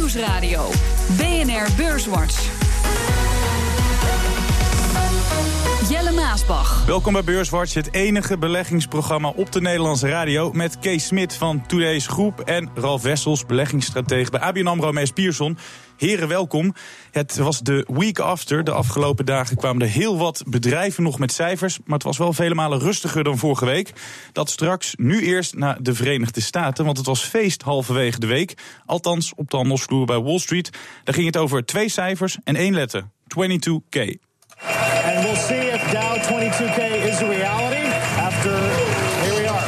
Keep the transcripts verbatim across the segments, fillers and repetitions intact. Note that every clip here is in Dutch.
Nieuwsradio. B N R Beurswatch. Jelle Maasbach. Welkom bij Beurswatch, het enige beleggingsprogramma op de Nederlandse radio. Met Kees Smit van Today's Groep en Ralf Wessels, beleggingsstratege bij A B N AMRO Mees Pierson. Heren, welkom. Het was de week after. De afgelopen dagen kwamen er heel wat bedrijven nog met cijfers. Maar het was wel vele malen rustiger dan vorige week. Dat straks, nu eerst naar de Verenigde Staten. Want het was feest halverwege de week. Althans, op de handelsvloer bij Wall Street. Daar ging het over twee cijfers en één letter. tweeëntwintig K. And we'll see if Dow twenty-two K is a reality after, here we are,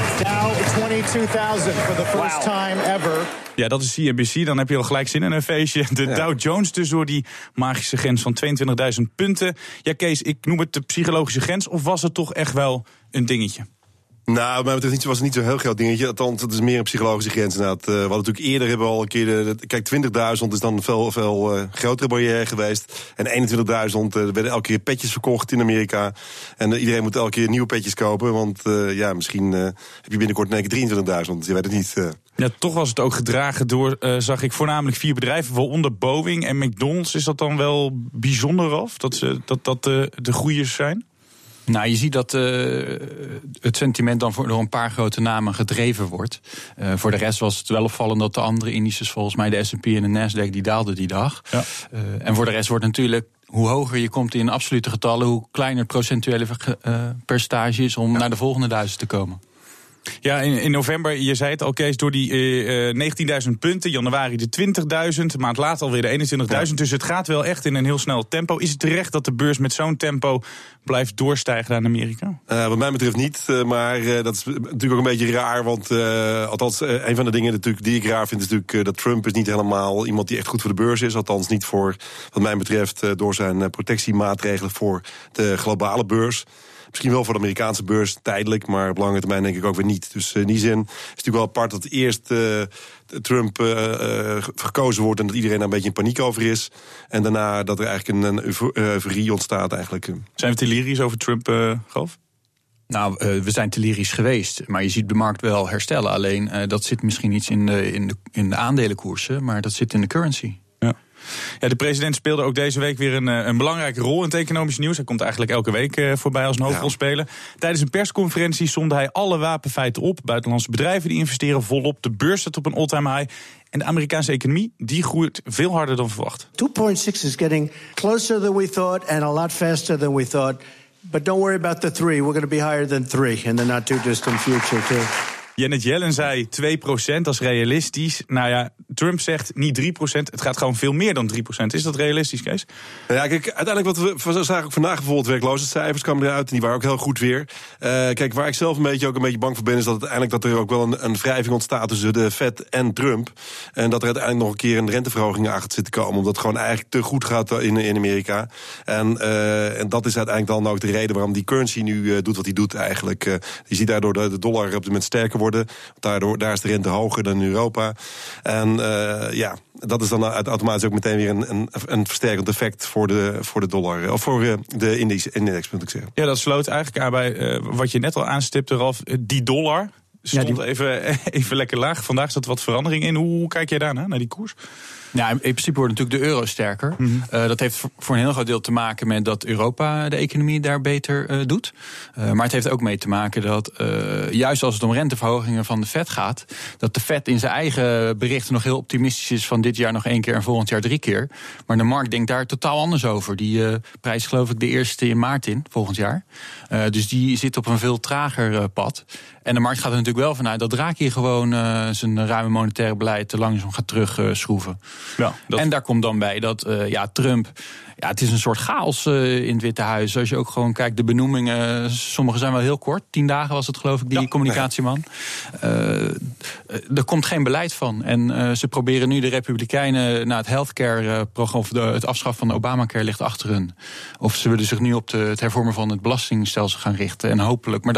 Dow twenty-two thousand for the first wow. time ever. Ja, dat is C N B C. Dan heb je al gelijk zin in een feestje. De ja. Dow Jones dus door die magische grens van tweeëntwintigduizend punten. Ja, Kees, ik noem het de psychologische grens. Of was het toch echt wel een dingetje? Nou, maar het was niet zo'n heel groot dingetje. Althans, het is meer een psychologische grens inderdaad. Uh, we hadden natuurlijk eerder hebben we al een keer... De, de, kijk, twintigduizend is dan een veel, veel uh, grotere barrière geweest. En eenentwintigduizend uh, er werden elke keer petjes verkocht in Amerika. En uh, iedereen moet elke keer nieuwe petjes kopen. Want uh, ja, misschien uh, heb je binnenkort in één keer drieëntwintigduizend. Je weet het niet. Uh. Ja, toch was het ook gedragen door, uh, zag ik, voornamelijk vier bedrijven. Waaronder Boeing en McDonald's. Is dat dan wel bijzonder, Ralf? Dat ze, dat, dat uh, de groeiers zijn? Nou, je ziet dat uh, het sentiment dan voor, door een paar grote namen gedreven wordt. Uh, voor de rest was het wel opvallend dat de andere indices, volgens mij de S en P en de Nasdaq, die daalden die dag. Ja. Uh, en voor de rest wordt natuurlijk, hoe hoger je komt in absolute getallen, hoe kleiner het procentuele uh, percentage is om ja. naar de volgende duizend te komen. Ja, in, in november, je zei het al, Kees, door die uh, negentienduizend punten. Januari de twintigduizend, een maand later alweer de eenentwintigduizend. Ja. Dus het gaat wel echt in een heel snel tempo. Is het terecht dat de beurs met zo'n tempo blijft doorstijgen naar Amerika? Uh, wat mij betreft niet, uh, maar uh, dat is natuurlijk ook een beetje raar. Want uh, althans, uh, een van de dingen natuurlijk die ik raar vind is natuurlijk uh, dat Trump is niet helemaal iemand die echt goed voor de beurs is. Althans niet voor, wat mij betreft, uh, door zijn uh, protectiemaatregelen voor de globale beurs. Misschien wel voor de Amerikaanse beurs tijdelijk, maar op lange termijn denk ik ook weer niet. Dus in die zin is het natuurlijk wel apart dat eerst uh, Trump uh, uh, gekozen wordt en dat iedereen daar een beetje in paniek over is. En daarna dat er eigenlijk een, een euforie ontstaat eigenlijk. Zijn we te lyrisch over Trump, uh, Golf? Nou, uh, we zijn te lyrisch geweest, maar je ziet de markt wel herstellen. Alleen, uh, dat zit misschien niet in de, in, de, in de aandelenkoersen, maar dat zit in de currency. Ja, de president speelde ook deze week weer een, een belangrijke rol in het economisch nieuws. Hij komt eigenlijk elke week uh, voorbij als een hoofdrolspeler. Ja. Tijdens een persconferentie somde hij alle wapenfeiten op. Buitenlandse bedrijven die investeren volop. De beurs staat op een all-time high. En de Amerikaanse economie die groeit veel harder dan verwacht. two point six is getting closer than we thought and a lot faster than we thought. But don't worry about the three. We're going to be higher than three in the not too distant future too. Janet Yellen zei twee procent, dat is realistisch. Nou ja, Trump zegt niet drie procent, het gaat gewoon veel meer dan drie procent. Is dat realistisch, Kees? Ja, kijk, uiteindelijk wat we zagen ook vandaag bijvoorbeeld werkloosheidscijfers kwamen eruit en die waren ook heel goed weer. Uh, kijk, waar ik zelf een beetje ook een beetje bang voor ben is dat uiteindelijk dat er ook wel een, een wrijving ontstaat tussen de Fed en Trump. En dat er uiteindelijk nog een keer een renteverhoging aan gaat zitten komen, omdat het gewoon eigenlijk te goed gaat in, in Amerika. En, uh, en dat is uiteindelijk dan ook de reden waarom die currency nu uh, doet wat hij doet eigenlijk. Uh, je ziet daardoor de, de dollar op dit moment sterker worden. Daardoor, daar is de rente hoger dan in Europa. En uh, ja, dat is dan automatisch ook meteen weer een, een, een versterkend effect voor de, voor de dollar. Of voor uh, de index, index, moet ik zeggen. Ja, dat sloot eigenlijk aan bij uh, wat je net al aanstipte, Ralf. Die dollar stond ja, die... even, even lekker laag. Vandaag zat wat verandering in. Hoe, hoe kijk jij daarna, naar die koers? Ja, in principe wordt natuurlijk de euro sterker. Mm-hmm. Uh, dat heeft voor een heel groot deel te maken met dat Europa de economie daar beter uh, doet. Uh, maar het heeft ook mee te maken dat, uh, juist als het om renteverhogingen van de Fed gaat, dat de Fed in zijn eigen berichten nog heel optimistisch is van dit jaar nog één keer en volgend jaar drie keer. Maar de markt denkt daar totaal anders over. Die uh, prijs geloof ik de eerste in maart in, volgend jaar. Uh, dus die zit op een veel trager uh, pad. En de markt gaat er natuurlijk wel vanuit dat Draghi gewoon uh, zijn ruime monetaire beleid te langzaam gaat terugschroeven. Ja, dat... En daar komt dan bij dat uh, ja, Trump, ja, het is een soort chaos uh, in het Witte Huis. Als je ook gewoon kijkt, de benoemingen, sommige zijn wel heel kort. Tien dagen was het geloof ik, die ja, communicatieman. Uh, er komt geen beleid van. En uh, ze proberen nu de Republikeinen naar het healthcare-programma, uh, het afschaffen van de Obamacare ligt achter hun. Of ze willen zich nu op de, het hervormen van het belastingstelsel gaan richten. En hopelijk, maar dat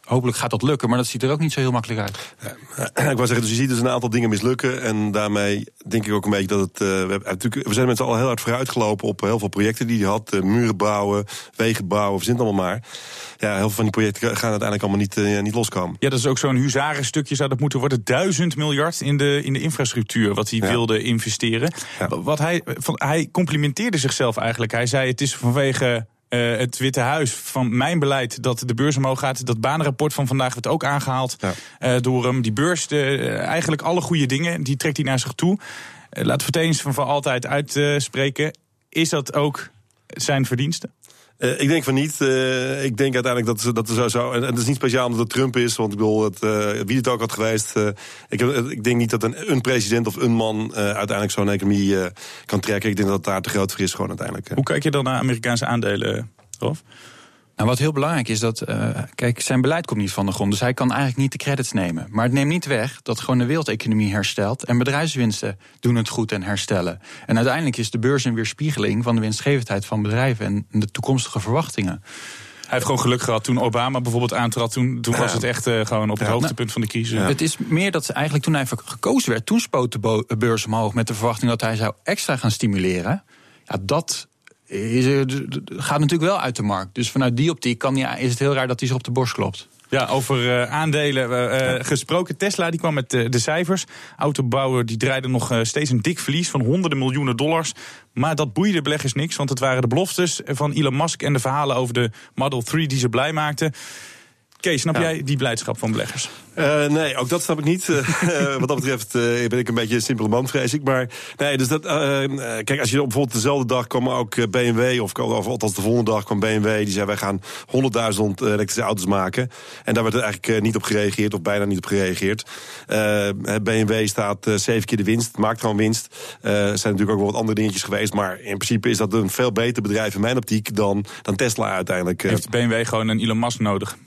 hopelijk gaat dat lukken, maar dat ziet er ook niet zo heel makkelijk uit. Ja, ik wou zeggen, dus je ziet dus een aantal dingen mislukken. En daarmee denk ik ook een beetje dat het... Uh, we, hebben natuurlijk, we zijn met z'n allen heel hard vooruitgelopen op heel veel projecten die hij had. Uh, muren bouwen, wegen bouwen, verzin het allemaal maar. Ja, heel veel van die projecten gaan uiteindelijk allemaal niet, uh, niet loskomen. Ja, dat is ook zo'n huzarenstukje zou dat moeten worden. Duizend miljard in de, in de infrastructuur wat hij ja. wilde investeren. Ja. Wat hij, van, hij complimenteerde zichzelf eigenlijk. Hij zei het is vanwege... Uh, het Witte Huis van mijn beleid dat de beurs omhoog gaat. Dat banenrapport van vandaag werd ook aangehaald ja. uh, door hem. Die beurs, uh, eigenlijk alle goede dingen, die trekt hij naar zich toe. Uh, laten we het eens van, van altijd uitspreken. Uh, is dat ook zijn verdienste? Uh, ik denk van niet. Uh, ik denk uiteindelijk dat, dat er zo zou. En het is niet speciaal omdat het Trump is. Want ik bedoel, het, uh, wie het ook had geweest. Uh, ik, ik denk niet dat een, een president of een man uh, uiteindelijk zo'n economie uh, kan trekken. Ik denk dat het daar te groot voor is gewoon uiteindelijk. Hoe kijk je dan naar Amerikaanse aandelen, Rolf? Nou, wat heel belangrijk is dat, uh, kijk, zijn beleid komt niet van de grond. Dus hij kan eigenlijk niet de credits nemen. Maar het neemt niet weg dat gewoon de wereldeconomie herstelt. En bedrijfswinsten doen het goed en herstellen. En uiteindelijk is de beurs een weerspiegeling van de winstgevendheid van bedrijven en de toekomstige verwachtingen. Hij heeft gewoon geluk gehad toen Obama bijvoorbeeld aantrad. Toen, toen was het echt uh, gewoon op het ja, hoogtepunt nou, van de crisis. Ja. Het is meer dat ze eigenlijk toen hij gekozen werd, toen spoot de bo- beurs omhoog met de verwachting dat hij zou extra gaan stimuleren. Ja, dat is, gaat natuurlijk wel uit de markt. Dus vanuit die optiek kan hij, is het heel raar dat hij zich op de borst klopt. Ja, over uh, aandelen uh, gesproken. Tesla die kwam met uh, de cijfers. Autobouwer die draaide nog uh, steeds een dik verlies van honderden miljoenen dollars. Maar dat boeide beleggers niks, want het waren de beloftes van Elon Musk en de verhalen over de Model drie die ze blij maakten. Kees, snap ja. jij die blijdschap van beleggers? Uh, nee, ook dat snap ik niet. Uh, wat dat betreft uh, ben ik een beetje een simpele man, vrees ik. Maar nee, dus dat, uh, kijk, als je op bijvoorbeeld dezelfde dag kwam ook B M W, of, of althans de volgende dag kwam B M W, die zei wij gaan honderdduizend elektrische auto's maken. En daar werd er eigenlijk uh, niet op gereageerd, of bijna niet op gereageerd. Uh, B M W staat uh, zeven keer de winst, maakt gewoon winst. Uh, er zijn natuurlijk ook wel wat andere dingetjes geweest, maar in principe is dat een veel beter bedrijf in mijn optiek dan, dan Tesla uiteindelijk. Heeft B M W gewoon een Elon Musk nodig?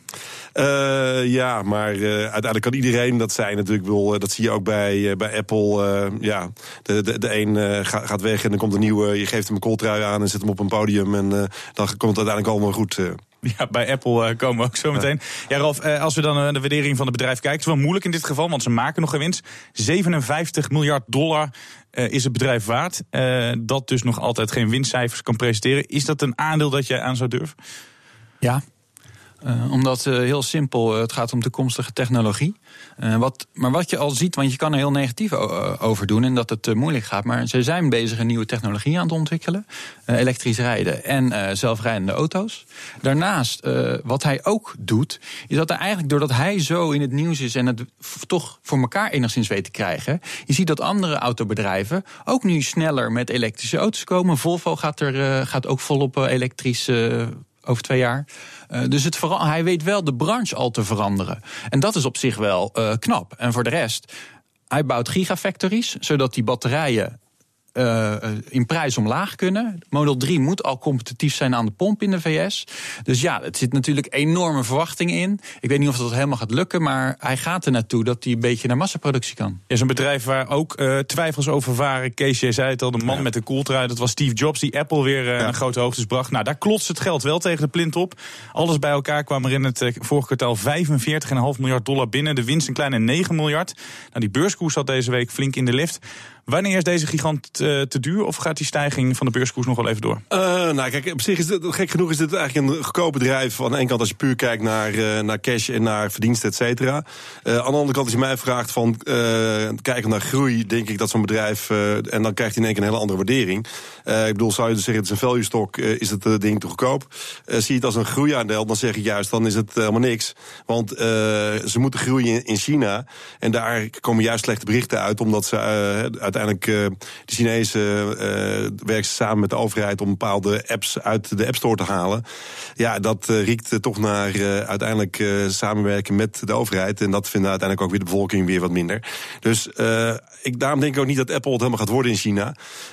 Uh, ja, maar uh, uiteindelijk kan iedereen dat zijn natuurlijk. Wel, uh, dat zie je ook bij, uh, bij Apple. Uh, ja, de, de, de een uh, gaat weg en dan komt een nieuwe. Je geeft hem een kooltrui aan en zet hem op een podium. En uh, dan komt het uiteindelijk allemaal goed. Uh. Ja, bij Apple uh, komen we ook zo meteen. Ja, Ralf, uh, als we dan uh, de waardering van het bedrijf kijken, het is wel moeilijk in dit geval, want ze maken nog geen winst. zevenenvijftig miljard dollar uh, is het bedrijf waard. Uh, dat dus nog altijd geen winstcijfers kan presenteren. Is dat een aandeel dat jij aan zou durven? Ja. Uh, omdat uh, heel simpel, uh, het gaat om toekomstige technologie. Uh, wat, maar wat je al ziet, want je kan er heel negatief o- over doen en dat het uh, moeilijk gaat. Maar ze zijn bezig een nieuwe technologie aan het ontwikkelen. Uh, elektrisch rijden en uh, zelfrijdende auto's. Daarnaast, uh, wat hij ook doet, is dat hij eigenlijk doordat hij zo in het nieuws is en het f- toch voor elkaar enigszins weet te krijgen. Je ziet dat andere autobedrijven ook nu sneller met elektrische auto's komen. Volvo gaat, er, uh, gaat ook volop uh, elektrisch uh, over twee jaar. Uh, dus het vera- hij weet wel de branche al te veranderen. En dat is op zich wel uh, knap. En voor de rest, hij bouwt gigafactories, zodat die batterijen Uh, in prijs omlaag kunnen. Model drie moet al competitief zijn aan de pomp in de V S. Dus ja, het zit natuurlijk enorme verwachtingen in. Ik weet niet of dat helemaal gaat lukken, maar hij gaat er naartoe dat hij een beetje naar massaproductie kan. Er is een bedrijf waar ook uh, twijfels over waren. Kees, jij zei het al, de man ja. met de kooltrui. Dat was Steve Jobs, die Apple weer uh, ja. naar grote hoogtes bracht. Nou, daar klotst het geld wel tegen de plint op. Alles bij elkaar kwam er in het uh, vorige kwartaal vijfenveertig komma vijf miljard dollar binnen. De winst een kleine negen miljard. Nou, die beurskoers zat deze week flink in de lift. Wanneer is deze gigant uh, te duur of gaat die stijging van de beurskoers nog wel even door? Uh, nou, kijk, op zich is het gek genoeg is dit eigenlijk een goedkoop bedrijf. Aan de ene kant als je puur kijkt naar, uh, naar cash en naar verdiensten, et cetera. Uh, aan de andere kant als je mij vraagt van uh, kijken naar groei, denk ik dat zo'n bedrijf uh, en dan krijgt hij in één keer een hele andere waardering. Uh, ik bedoel, zou je dus zeggen, het is een value stock, uh, is het uh, ding te goedkoop? Uh, zie je het als een groeiaandeel, dan zeg ik juist, dan is het uh, helemaal niks. Want uh, ze moeten groeien in, in China en daar komen juist slechte berichten uit, omdat ze uh, uiteindelijk Uiteindelijk, uh, de Chinezen uh, werken samen met de overheid om bepaalde apps uit de App Store te halen. Ja, dat uh, riekt uh, toch naar uh, uiteindelijk uh, samenwerken met de overheid. En dat vinden uiteindelijk ook weer de bevolking weer wat minder. Dus uh, ik, daarom denk ik ook niet dat Apple het helemaal gaat worden in China.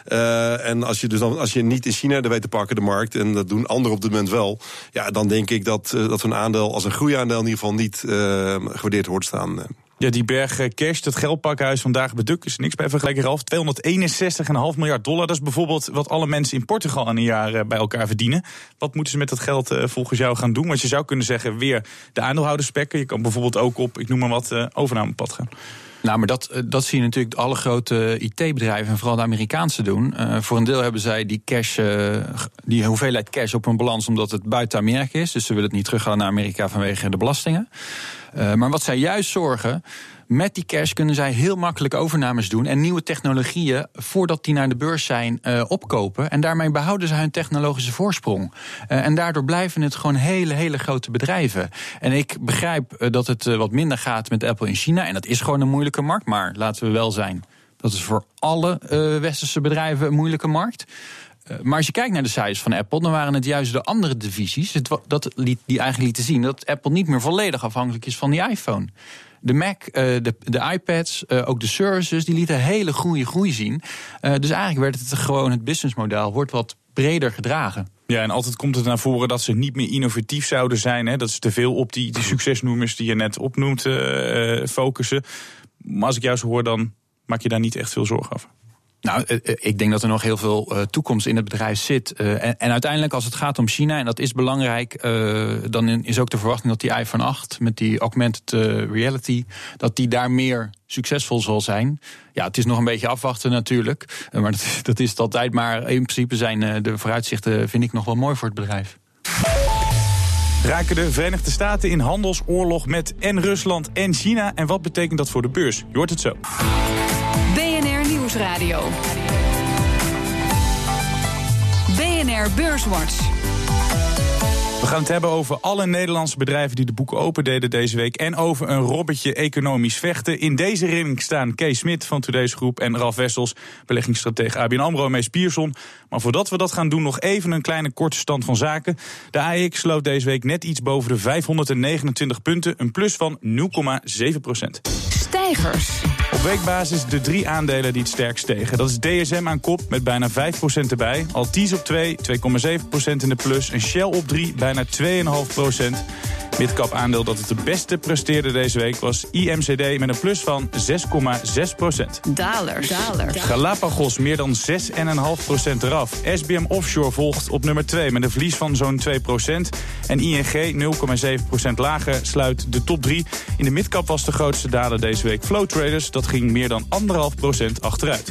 Uh, en als je dus dan, als je niet in China er weet te pakken, de markt, en dat doen anderen op dit moment wel, ja, dan denk ik dat, uh, dat zo'n aandeel als een groeiaandeel in ieder geval niet uh, gewaardeerd hoort staan. Ja, die berg cash, dat geldpakhuis vandaag beduk is niks bij vergelijking, Ralf. tweehonderdeenenzestig komma vijf miljard dollar. Dat is bijvoorbeeld wat alle mensen in Portugal aan een jaar bij elkaar verdienen. Wat moeten ze met dat geld uh, volgens jou gaan doen? Want je zou kunnen zeggen, weer de aandeelhouders spekken. Je kan bijvoorbeeld ook op, ik noem maar wat, uh, overnamepad gaan. Nou, maar dat, dat zie je natuurlijk alle grote I T-bedrijven en vooral de Amerikaanse doen. Uh, voor een deel hebben zij die cash, uh, die hoeveelheid cash op hun balans omdat het buiten Amerika is. Dus ze willen het niet teruggaan naar Amerika vanwege de belastingen. Uh, maar wat zij juist zorgen, met die cash kunnen zij heel makkelijk overnames doen en nieuwe technologieën, voordat die naar de beurs zijn, uh, opkopen. En daarmee behouden ze hun technologische voorsprong. Uh, en daardoor blijven het gewoon hele, hele grote bedrijven. En ik begrijp uh, dat het uh, wat minder gaat met Apple in China. En dat is gewoon een moeilijke markt, maar laten we wel zijn. Dat is voor alle uh, westerse bedrijven een moeilijke markt. Uh, maar als je kijkt naar de cijfers van Apple, dan waren het juist de andere divisies het, dat liet, die eigenlijk lieten zien dat Apple niet meer volledig afhankelijk is van die iPhone. De Mac, uh, de, de iPads, uh, ook de services, die lieten hele goede groei zien. Uh, dus eigenlijk werd het gewoon, het businessmodel wordt wat breder gedragen. Ja, en altijd komt het naar voren dat ze niet meer innovatief zouden zijn. Hè? Dat ze te veel op die, die succesnoemers die je net opnoemt uh, focussen. Maar als ik jou zo hoor, dan maak je daar niet echt veel zorgen over. Nou, ik denk dat er nog heel veel uh, toekomst in het bedrijf zit. Uh, en, en uiteindelijk als het gaat om China, en dat is belangrijk, uh, dan is ook de verwachting dat die iPhone acht met die augmented uh, reality, dat die daar meer succesvol zal zijn. Ja, het is nog een beetje afwachten natuurlijk. Uh, maar dat, dat is het altijd. Maar in principe zijn uh, de vooruitzichten, vind ik, nog wel mooi voor het bedrijf. Raken de Verenigde Staten in handelsoorlog met en Rusland en China? En wat betekent dat voor de beurs? Je hoort het zo. B N R Nieuwsradio. B N R Beurswatch. We gaan het hebben over alle Nederlandse bedrijven die de boeken opendeden deze week. En over een robbertje economisch vechten. In deze ring staan Kees Smit van Today's Groep en Ralf Wessels, beleggingsstratege A B N AMRO, Mees Pierson. Maar voordat we dat gaan doen, nog even een kleine korte stand van zaken. De A E X sloot deze week net iets boven de vijfhonderdnegenentwintig punten. Een plus van nul komma zeven procent. Stijgers. Op weekbasis de drie aandelen die het sterkst stegen. Dat is D S M aan kop met bijna vijf procent erbij. Altis op twee, twee komma zeven procent in de plus. En Shell op drie, bijna twee komma vijf procent. Midcap aandeel dat het de beste presteerde deze week was I M C D met een plus van zes komma zes procent. Dalers. Dalers. Galapagos meer dan zes komma vijf procent eraf. S B M Offshore volgt op nummer twee met een verlies van zo'n twee procent. En I N G nul komma zeven procent lager sluit de top drie. In de midcap was de grootste daler deze week Flow Traders. Dat ging meer dan anderhalf procent achteruit.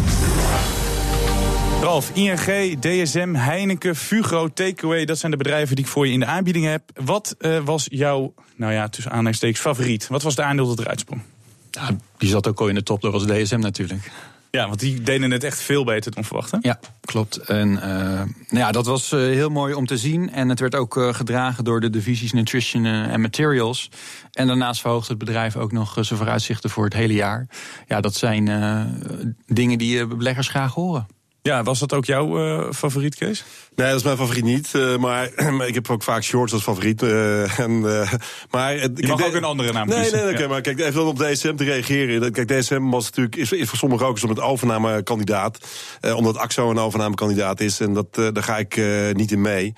Ralf, I N G, D S M, Heineken, Fugro, Takeaway, dat zijn de bedrijven die ik voor je in de aanbieding heb. Wat uh, was jouw, nou ja, tussen aanhalingstekens, favoriet? Wat was de aandeel dat eruit sprong? Ja, die zat ook al in de top, dat was D S M natuurlijk. Ja, want die deden het echt veel beter dan verwacht, hè? Ja, klopt. En uh, nou ja, dat was uh, heel mooi om te zien. En het werd ook uh, gedragen door de divisies Nutrition en Materials. En daarnaast verhoogde het bedrijf ook nog uh, zijn vooruitzichten voor het hele jaar. Ja, dat zijn uh, dingen die uh, beleggers graag horen. Ja, was dat ook jouw uh, favoriet, Kees? Nee, dat is mijn favoriet niet. Uh, maar, maar ik heb ook vaak shorts als favoriet. Uh, en, uh, maar, uh, Je kijk, mag de, ook een andere naam nee, kiezen. Nee, nee, oké, ja. maar kijk, even op D S M te reageren. Kijk, D S M was natuurlijk, is, is voor sommigen ook een soort overnamekandidaat. Uh, omdat Axo een overnamekandidaat is. En dat, uh, daar ga ik uh, niet in mee.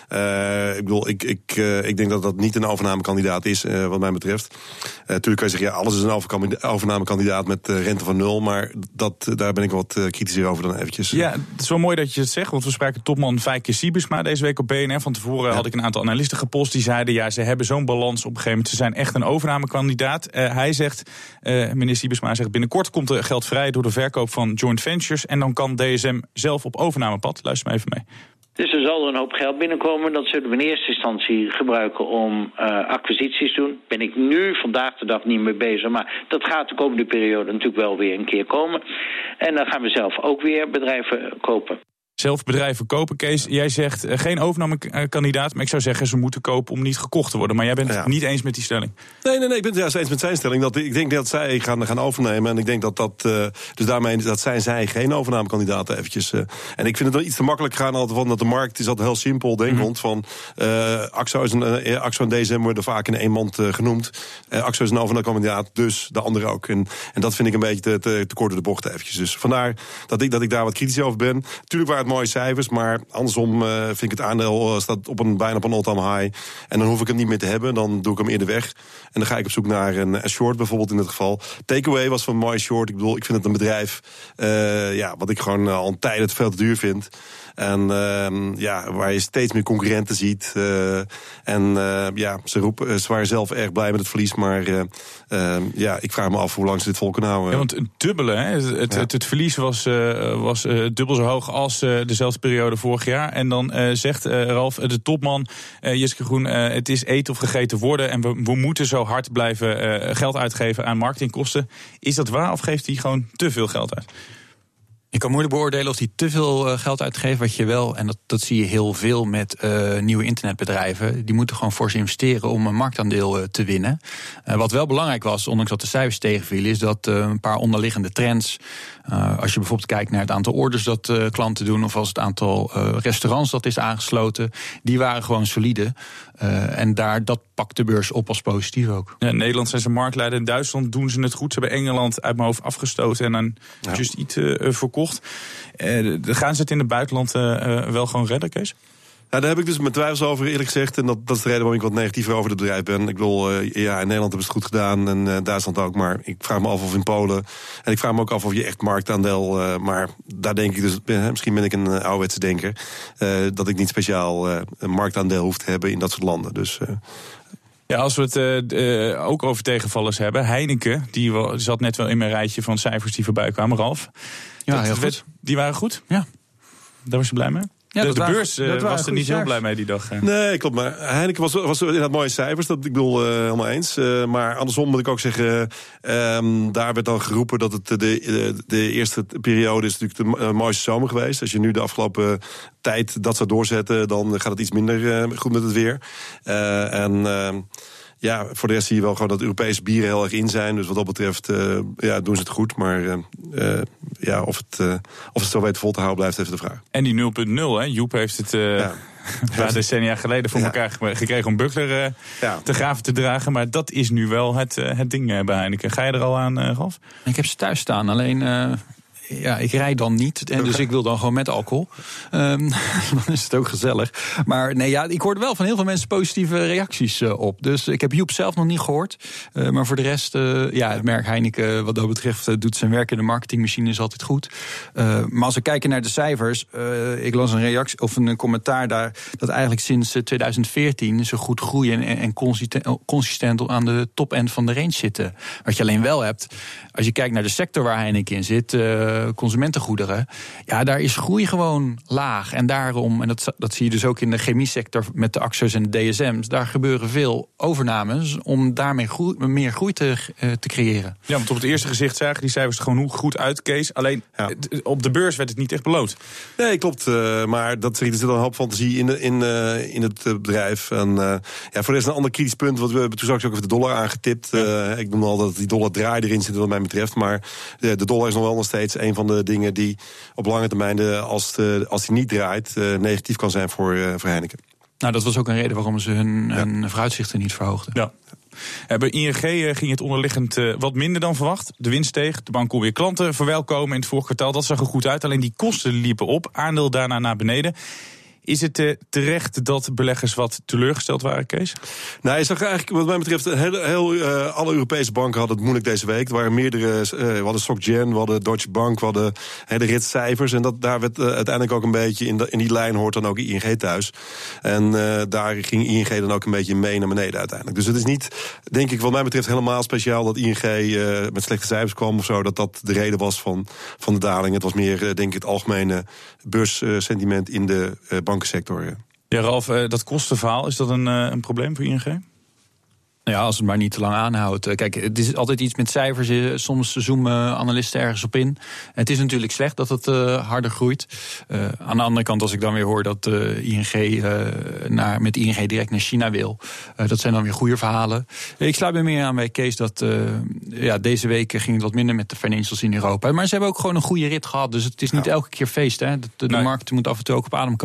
Uh, ik bedoel, ik, ik, uh, ik denk dat dat niet een overnamekandidaat is, uh, wat mij betreft. Uh, natuurlijk kan je zeggen, ja, alles is een overnamekandidaat met uh, rente van nul. Maar dat, daar ben ik wat uh, kritischer over dan eventjes. Ja, het is wel mooi dat je het zegt, want we spraken topman Feike Siebersma deze week op B N R. Van tevoren ja. had ik een aantal analisten gepost die zeiden, ja, ze hebben zo'n balans op een gegeven moment. Ze zijn echt een overnamekandidaat. Uh, hij zegt, uh, meneer Siebersma zegt, binnenkort komt er geld vrij door de verkoop van joint ventures. En dan kan D S M zelf op overnamepad. Luister maar even mee. Dus er zal er een hoop geld binnenkomen. Dat zullen we in eerste instantie gebruiken om uh, acquisities te doen. Ben ik nu vandaag de dag niet mee bezig. Maar dat gaat de komende periode natuurlijk wel weer een keer komen. En dan gaan we zelf ook weer bedrijven kopen. Zelf bedrijven kopen, Kees. Jij zegt uh, geen overnamekandidaat, maar ik zou zeggen ze moeten kopen om niet gekocht te worden. Maar jij bent het ja. niet eens met die stelling. Nee, nee, nee, ik ben het juist eens met zijn stelling. Dat, ik denk dat zij gaan, gaan overnemen. En ik denk dat dat, uh, dus daarmee dat zijn zij geen overnamekandidaten eventjes. Uh, en ik vind het wel iets te makkelijk gaan altijd van dat de markt is altijd heel simpel denkend. Mm-hmm. Van uh, Axo, is een, uh, Axo en D S M worden vaak in één mand uh, genoemd. Uh, Axo is een overnamekandidaat, dus de andere ook. En, en dat vind ik een beetje te, te, te kort door de bocht eventjes. Dus vandaar dat ik, dat ik daar wat kritisch over ben. Tuurlijk waren uiteraard mooie cijfers, maar andersom uh, vind ik het aandeel uh, staat op een, bijna op een all-time high. En dan hoef ik hem niet meer te hebben, dan doe ik hem eerder weg. En dan ga ik op zoek naar een, een short bijvoorbeeld in dit geval. Takeaway was van een mooie short. Ik bedoel, ik vind het een bedrijf uh, ja, wat ik gewoon uh, al een tijd veel te duur vind. En uh, ja, waar je steeds meer concurrenten ziet. Uh, en uh, ja, ze, roepen, ze waren zelf erg blij met het verlies. Maar uh, uh, ja, ik vraag me af hoe lang ze dit vol kunnen houden. Ja, want het dubbele, hè? Het, het, ja. het, het verlies was, uh, was uh, dubbel zo hoog als uh, dezelfde periode vorig jaar. En dan uh, zegt uh, Ralf, de topman, uh, Jiske Groen, uh, het is eten of gegeten worden. En we, we moeten zo hard blijven uh, geld uitgeven aan marketingkosten. Is dat waar of geeft hij gewoon te veel geld uit? Je kan moeilijk beoordelen of hij te veel uh, geld uitgeeft. Wat je wel, en dat, dat zie je heel veel met uh, nieuwe internetbedrijven. Die moeten gewoon fors investeren om een marktaandeel uh, te winnen. Uh, wat wel belangrijk was, ondanks dat de cijfers tegenvielen, is dat uh, een paar onderliggende trends. Uh, als je bijvoorbeeld kijkt naar het aantal orders dat uh, klanten doen, of als het aantal uh, restaurants dat is aangesloten, die waren gewoon solide. Uh, en daar, dat pakt de beurs op als positief ook. Ja, in Nederland zijn ze marktleider. In Duitsland doen ze het goed. Ze hebben Engeland uit mijn hoofd afgestoten en dan ja. Just Eat uh, verkocht. Uh, gaan ze het in het buitenland uh, uh, wel gewoon redden, Kees? Ja, daar heb ik dus mijn twijfels over, eerlijk gezegd. En dat, dat is de reden waarom ik wat negatiever over het bedrijf ben. Ik bedoel, uh, ja, in Nederland hebben ze het goed gedaan en uh, Duitsland ook. Maar ik vraag me af of in Polen. En ik vraag me ook af of je echt marktaandeel. Uh, maar daar denk ik dus, uh, misschien ben ik een uh, ouderwetse denker. Uh, dat ik niet speciaal uh, een marktaandeel hoef te hebben in dat soort landen. Dus... Uh, Ja, als we het uh, uh, ook over tegenvallers hebben. Heineken, die zat net wel in mijn rijtje van cijfers die voorbij kwamen, Ralf. Ja, dat, heel goed. Werd, die waren goed? Ja. Daar was je blij mee? Ja, de, de de beurs uh, was er niet heel cijfers. blij mee die dag. Uh. Nee, klopt. Maar Heineken was, was inderdaad mooie cijfers. Dat ik bedoel, uh, helemaal eens. Uh, maar andersom moet ik ook zeggen, uh, um, daar werd dan geroepen dat het de, de, de eerste periode is natuurlijk de uh, mooiste zomer geweest. Als je nu de afgelopen tijd dat zou doorzetten, dan gaat het iets minder uh, goed met het weer. Uh, en... Uh, Ja, voor de rest zie je wel gewoon dat Europese bieren heel erg in zijn. Dus wat dat betreft uh, ja, doen ze het goed. Maar uh, uh, ja, of, het, uh, of het zo weten vol te houden blijft even de vraag. En die nul punt nul, hè? Joep heeft het uh, ja. een paar decennia geleden voor ja. elkaar gekregen om Buckler uh, ja. te graven te dragen. Maar dat is nu wel het, uh, het ding uh, bij Heineken. Ga je er al aan, uh, Ralf? Ik heb ze thuis staan, alleen... Uh... Ja, ik rijd dan niet. En dus ik wil dan gewoon met alcohol. Um, dan is het ook gezellig. Maar nee, ja, ik hoorde wel van heel veel mensen positieve reacties uh, op. Dus ik heb Joep zelf nog niet gehoord. Uh, maar voor de rest, uh, ja, het merk Heineken wat dat betreft uh, doet zijn werk in de marketingmachine is altijd goed. Uh, maar als we kijken naar de cijfers, uh, ik las een reactie of een commentaar daar dat eigenlijk sinds uh, twintig veertien zo goed groeien en, en consistent, consistent aan de top end van de range zitten. Wat je alleen wel hebt, als je kijkt naar de sector waar Heineken in zit, uh, consumentengoederen, ja, daar is groei gewoon laag. En daarom, en dat, dat zie je dus ook in de chemiesector met de Axo's en de D S M's, daar gebeuren veel overnames om daarmee groei, meer groei te, uh, te creëren. Ja, want op het eerste gezicht zagen die cijfers er gewoon goed uit, Kees. Alleen ja. op de beurs werd het niet echt beloond. Nee, klopt. Uh, maar dat er zit een hoop fantasie in, in, uh, in het bedrijf. En uh, ja, voor de rest een ander kritisch punt, wat we hebben toen straks ook even de dollar aangetipt. Ja. Uh, ik noem al dat die dollar draai erin zit wat mij betreft. Maar de, de dollar is nog wel nog steeds een van de dingen die op lange termijn, de, als, de, als die niet draait, uh, negatief kan zijn voor, uh, voor Heineken. Nou, dat was ook een reden waarom ze hun, ja. hun vooruitzichten niet verhoogden. Ja. Ja, bij I N G ging het onderliggend uh, wat minder dan verwacht. De winst steeg, de bank kon weer klanten verwelkomen in het vorige kwartaal. Dat zag er goed uit, alleen die kosten liepen op. Aandeel daarna naar beneden. Is het uh, terecht dat beleggers wat teleurgesteld waren, Kees? Nou, je zag eigenlijk, wat mij betreft, heel, heel, uh, alle Europese banken hadden het moeilijk deze week. Er waren meerdere, uh, we hadden SocGen, we hadden Deutsche Bank, we hadden hele rits cijfers. En dat, daar werd uh, uiteindelijk ook een beetje, in, de, in die lijn hoort dan ook I N G thuis. En uh, daar ging I N G dan ook een beetje mee naar beneden uiteindelijk. Dus het is niet, denk ik, wat mij betreft helemaal speciaal dat I N G uh, met slechte cijfers kwam of zo. Dat dat de reden was van, van de daling. Het was meer, uh, denk ik, het algemene beurssentiment in de uh, bank. Sector, ja. Ja, Ralf, dat kostenverhaal, is dat een, een probleem voor I N G? Nou ja, als het maar niet te lang aanhoudt. Kijk, het is altijd iets met cijfers. Soms zoomen analisten ergens op in. Het is natuurlijk slecht dat het uh, harder groeit. Uh, aan de andere kant, als ik dan weer hoor dat uh, I N G uh, naar, met I N G direct naar China wil. Uh, dat zijn dan weer goede verhalen. Ik sluit me meer aan bij Kees dat uh, ja, deze week ging het wat minder met de financials in Europa. Maar ze hebben ook gewoon een goede rit gehad. Dus het is niet ja. elke keer feest. Hè. De, de, de nee. markt moet af en toe ook op adem komen.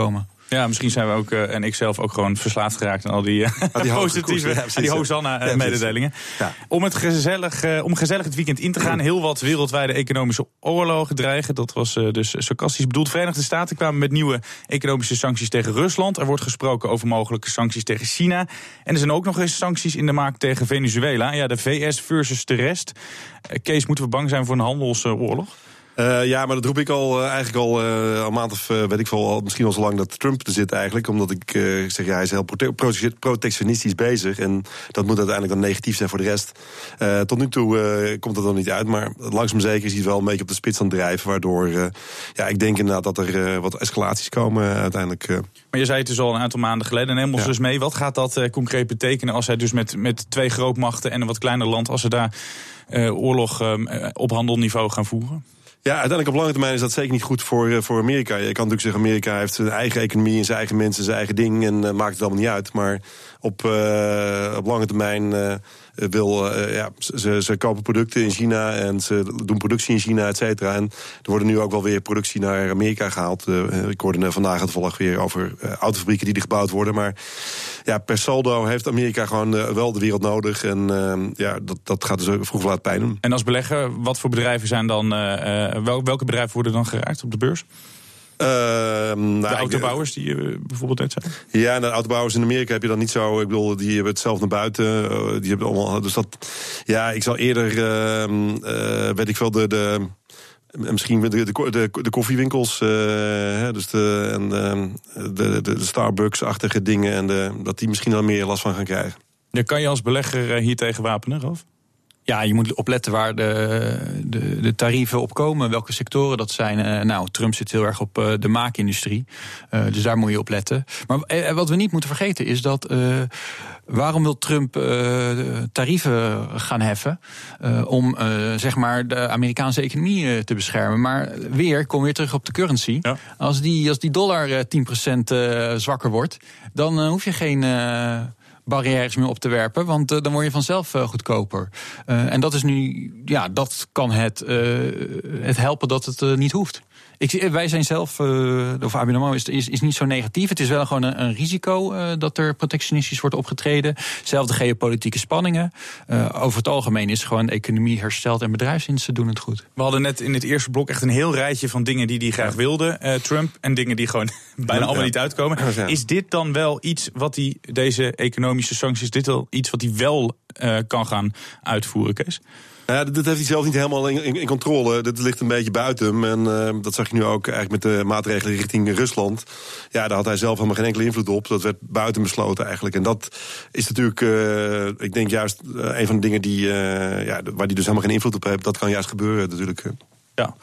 Ja, misschien zijn we ook, uh, en ik zelf ook gewoon verslaafd geraakt aan al die, uh, ah, die positieve, ja, precies, die Hosanna-mededelingen. Ja, ja. Om, het gezellig, uh, om gezellig het weekend in te gaan, heel wat wereldwijde economische oorlogen dreigen. Dat was uh, dus sarcastisch bedoeld. Verenigde Staten kwamen met nieuwe economische sancties tegen Rusland. Er wordt gesproken over mogelijke sancties tegen China. En er zijn ook nog eens sancties in de maak tegen Venezuela. Ja, de V S versus de rest. Uh, Kees, moeten we bang zijn voor een handelsoorlog? Uh, ja, maar dat roep ik al uh, eigenlijk al uh, al een maand of uh, weet ik veel, al, misschien al zo lang dat Trump er zit eigenlijk. Omdat ik uh, zeg, ja, hij is heel prote- protectionistisch bezig. En dat moet uiteindelijk dan negatief zijn voor de rest. Uh, tot nu toe uh, komt dat nog niet uit. Maar langzaam zeker is hij wel een beetje op de spits aan het drijven. Waardoor, uh, ja, ik denk inderdaad dat er uh, wat escalaties komen uh, uiteindelijk. Uh. Maar je zei het dus al een aantal maanden geleden. Neem ons ja. dus mee. Wat gaat dat uh, concreet betekenen als hij dus met, met twee grootmachten en een wat kleiner land, als ze daar uh, oorlog uh, op handelniveau gaan voeren? Ja, uiteindelijk op lange termijn is dat zeker niet goed voor, voor Amerika. Je kan natuurlijk zeggen, Amerika heeft zijn eigen economie en zijn eigen mensen, zijn eigen ding en uh, maakt het allemaal niet uit. Maar op, uh, op lange termijn uh, wil, uh, ja, ze, ze kopen producten in China en ze doen productie in China, et cetera. En er worden nu ook wel weer productie naar Amerika gehaald. Uh, ik hoorde vandaag toevallig weer over uh, autofabrieken die er gebouwd worden. Maar ja, per saldo heeft Amerika gewoon uh, wel de wereld nodig. En uh, ja, dat, dat gaat dus vroeg of laat pijn doen. En als belegger, wat voor bedrijven zijn dan, uh, wel, welke bedrijven worden dan geraakt op de beurs? Uh, nou, de autobouwers die je bijvoorbeeld net zei? Ja, de autobouwers in Amerika heb je dan niet zo. Ik bedoel, die hebben het zelf naar buiten. Uh, die hebben allemaal. Dus dat. Ja, ik zal eerder. Uh, uh, weet ik veel, de. de Misschien de, de, de, de koffiewinkels, uh, dus de, en de, de, de Starbucks-achtige dingen, en de, dat die misschien wel meer last van gaan krijgen. Ja, kan je als belegger hier tegen wapenen, Ralf? Ja, je moet opletten waar de, de, de tarieven op komen, welke sectoren dat zijn. Uh, nou, Trump zit heel erg op uh, de maakindustrie, uh, dus daar moet je op letten. Maar uh, wat we niet moeten vergeten is dat, uh, waarom wil Trump uh, tarieven gaan heffen? Uh, om uh, zeg maar de Amerikaanse economie uh, te beschermen. Maar weer, kom weer terug op de currency. Ja. Als, die, als die dollar uh, tien procent uh, zwakker wordt, dan uh, hoef je geen Uh, barrières meer op te werpen, want uh, dan word je vanzelf uh, goedkoper. Uh, en dat is nu, ja, dat kan het, uh, het helpen dat het uh, niet hoeft. Ik, wij zijn zelf, uh, of A B N AMRO is, is, is niet zo negatief. Het is wel gewoon een, een risico uh, dat er protectionistisch wordt opgetreden. Zelfde geopolitieke spanningen. Uh, over het algemeen is gewoon de economie hersteld en bedrijfsdiensten doen het goed. We hadden net in het eerste blok echt een heel rijtje van dingen die hij graag wilde, uh, Trump, en dingen die gewoon bijna ja, allemaal ja. niet uitkomen. Ja. Is dit dan wel iets wat hij, deze economische sancties, dit wel iets wat hij wel uh, kan gaan uitvoeren, Kees? Ja, dat heeft hij zelf niet helemaal in, in, in controle. Dat ligt een beetje buiten hem. En uh, dat zag je nu ook eigenlijk met de maatregelen richting Rusland. Ja, daar had hij zelf helemaal geen enkele invloed op. Dat werd buiten besloten eigenlijk. En dat is natuurlijk, uh, ik denk juist uh, een van de dingen die, uh, ja, waar hij dus helemaal geen invloed op heeft. Dat kan juist gebeuren natuurlijk. Ja,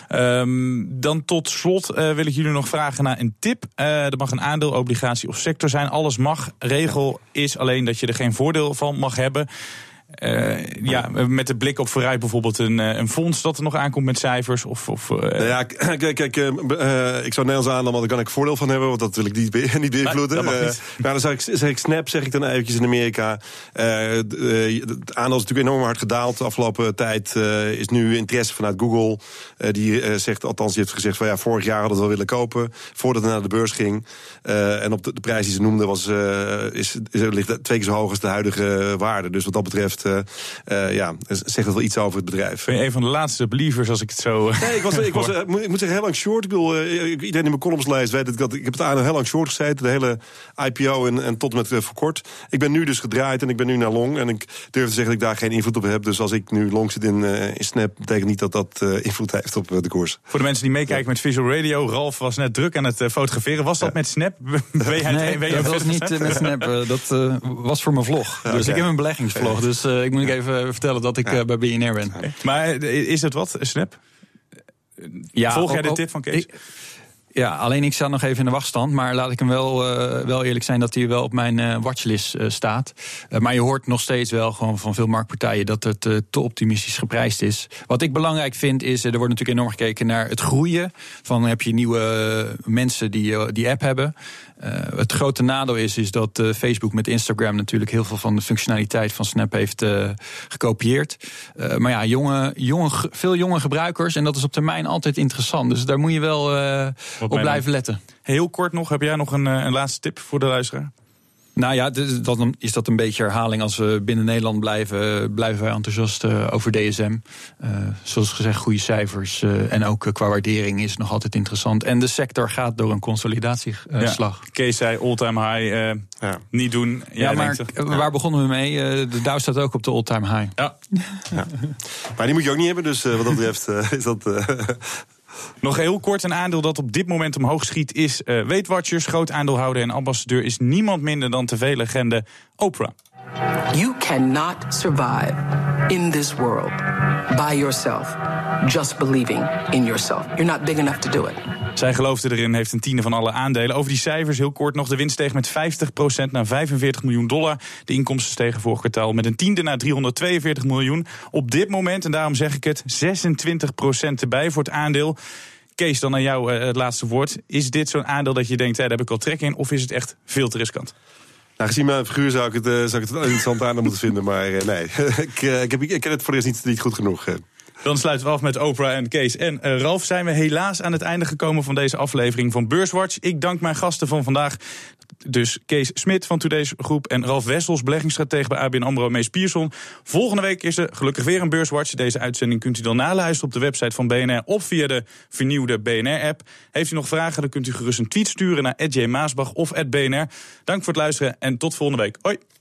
um, dan tot slot uh, wil ik jullie nog vragen naar een tip. Uh, er mag een aandeel, obligatie of sector zijn. Alles mag. Regel is alleen dat je er geen voordeel van mag hebben. Uh, ja, met de blik op vooruit bijvoorbeeld een, een fonds dat er nog aankomt met cijfers. Of, of, uh... nou ja, kijk, kijk uh, uh, ik zou Nederlands aandeel, want daar kan ik voordeel van hebben, want dat wil ik niet, be- niet beïnvloeden. Nee, uh, nou, dan zeg ik, zeg ik Snap, zeg ik dan eventjes in Amerika. Uh, uh, het aandeel is natuurlijk enorm hard gedaald de afgelopen tijd. Uh, is nu interesse vanuit Google. Uh, die uh, zegt, althans, die heeft gezegd van ja, vorig jaar hadden we het wel willen kopen, voordat het naar de beurs ging. Uh, en op de, de prijs die ze noemden was, uh, is, is, ligt twee keer zo hoog als de huidige waarde. Dus wat dat betreft Uh, uh, ja, zegt het wel iets over het bedrijf. Ben je een van de laatste believers, als ik het zo. Nee, ik was, ik was, uh, ik moet zeggen, heel lang short. Ik bedoel, uh, iedereen die mijn columns leest weet dat ik, ik heb het aandeel heel lang short gezeten, de hele I P O en, en tot en met uh, voor kort. Ik ben nu dus gedraaid en ik ben nu naar long. En ik durf te zeggen dat ik daar geen invloed op heb. Dus als ik nu long zit in, uh, in Snap, betekent niet dat dat uh, invloed heeft op uh, de koers. Voor de mensen die meekijken met Visual Radio, Ralf was net druk aan het uh, fotograferen. Was dat ja. met Snap? Ben jij, nee, ben je dat was niet Snap? met Snap. Uh, dat uh, was voor mijn vlog. Ja, dus okay. Ik heb een beleggingsvlog. Okay. Dus uh, ik moet even vertellen dat ik ja. uh, bij B N R ben. Okay. Maar is het wat, Snap? Ja, Volg jij ook, de tip van Kees? Ik, ja, alleen ik sta nog even in de wachtstand. Maar laat ik hem wel, uh, wel eerlijk zijn dat hij wel op mijn uh, watchlist uh, staat. Uh, maar je hoort nog steeds wel gewoon van veel marktpartijen dat het uh, te optimistisch geprijsd is. Wat ik belangrijk vind is, uh, er wordt natuurlijk enorm gekeken naar het groeien. Van heb je nieuwe uh, mensen die uh, die app hebben. Uh, het grote nadeel is, is dat uh, Facebook met Instagram natuurlijk heel veel van de functionaliteit van Snap heeft uh, gekopieerd. Uh, maar ja, jonge, jonge, veel jonge gebruikers en dat is op termijn altijd interessant. Dus daar moet je wel uh, op blijven letten. Heel kort nog, heb jij nog een, een laatste tip voor de luisteraar? Nou ja, dan is dat een beetje herhaling. Als we binnen Nederland blijven, blijven wij enthousiast uh, over D S M. Uh, zoals gezegd, goede cijfers. Uh, en ook uh, qua waardering is het nog altijd interessant. En de sector gaat door een consolidatieslag. Uh, ja, Kees zei all-time high, uh, ja. niet doen. Jij ja, maar denkt, uh, waar ja. begonnen we mee? Uh, de Dow staat ook op de all-time high. Ja. ja. Maar die moet je ook niet hebben, dus uh, wat dat betreft uh, is dat... Uh, Nog heel kort, een aandeel dat op dit moment omhoog schiet is uh, Weight Watchers. Groot aandeelhouder en ambassadeur is niemand minder dan tv-legende Oprah. You cannot survive in this world by yourself, just believing in yourself. You're not big enough to do it. Zij geloofde erin, heeft een tiende van alle aandelen. Over die cijfers heel kort nog. De winst steeg met vijftig procent naar vijfenveertig miljoen dollar. De inkomsten stegen vorig kwartaal met een tiende naar driehonderdtweeënveertig miljoen. Op dit moment, en daarom zeg ik het, zesentwintig procent erbij voor het aandeel. Kees, dan aan jou uh, het laatste woord. Is dit zo'n aandeel dat je denkt, hey, daar heb ik al trek in? Of is het echt veel te riskant? Nou, gezien mijn figuur zou ik het, uh, zou ik het een interessant aandeel moeten vinden. Maar uh, nee, ik, uh, ik, heb, ik ken het voor de rest niet, niet goed genoeg. Uh. Dan sluiten we af met Oprah en Kees. En uh, Ralf, zijn we helaas aan het einde gekomen van deze aflevering van Beurswatch. Ik dank mijn gasten van vandaag. Dus Kees Smit van Today's Groep en Ralf Wessels, beleggingsstratege bij A B N AMRO Mees Pierson. Volgende week is er gelukkig weer een Beurswatch. Deze uitzending kunt u dan naluisteren op de website van B N R of via de vernieuwde B N R-app. Heeft u nog vragen, dan kunt u gerust een tweet sturen naar at j maasbach of at B N R. Dank voor het luisteren en tot volgende week. Hoi!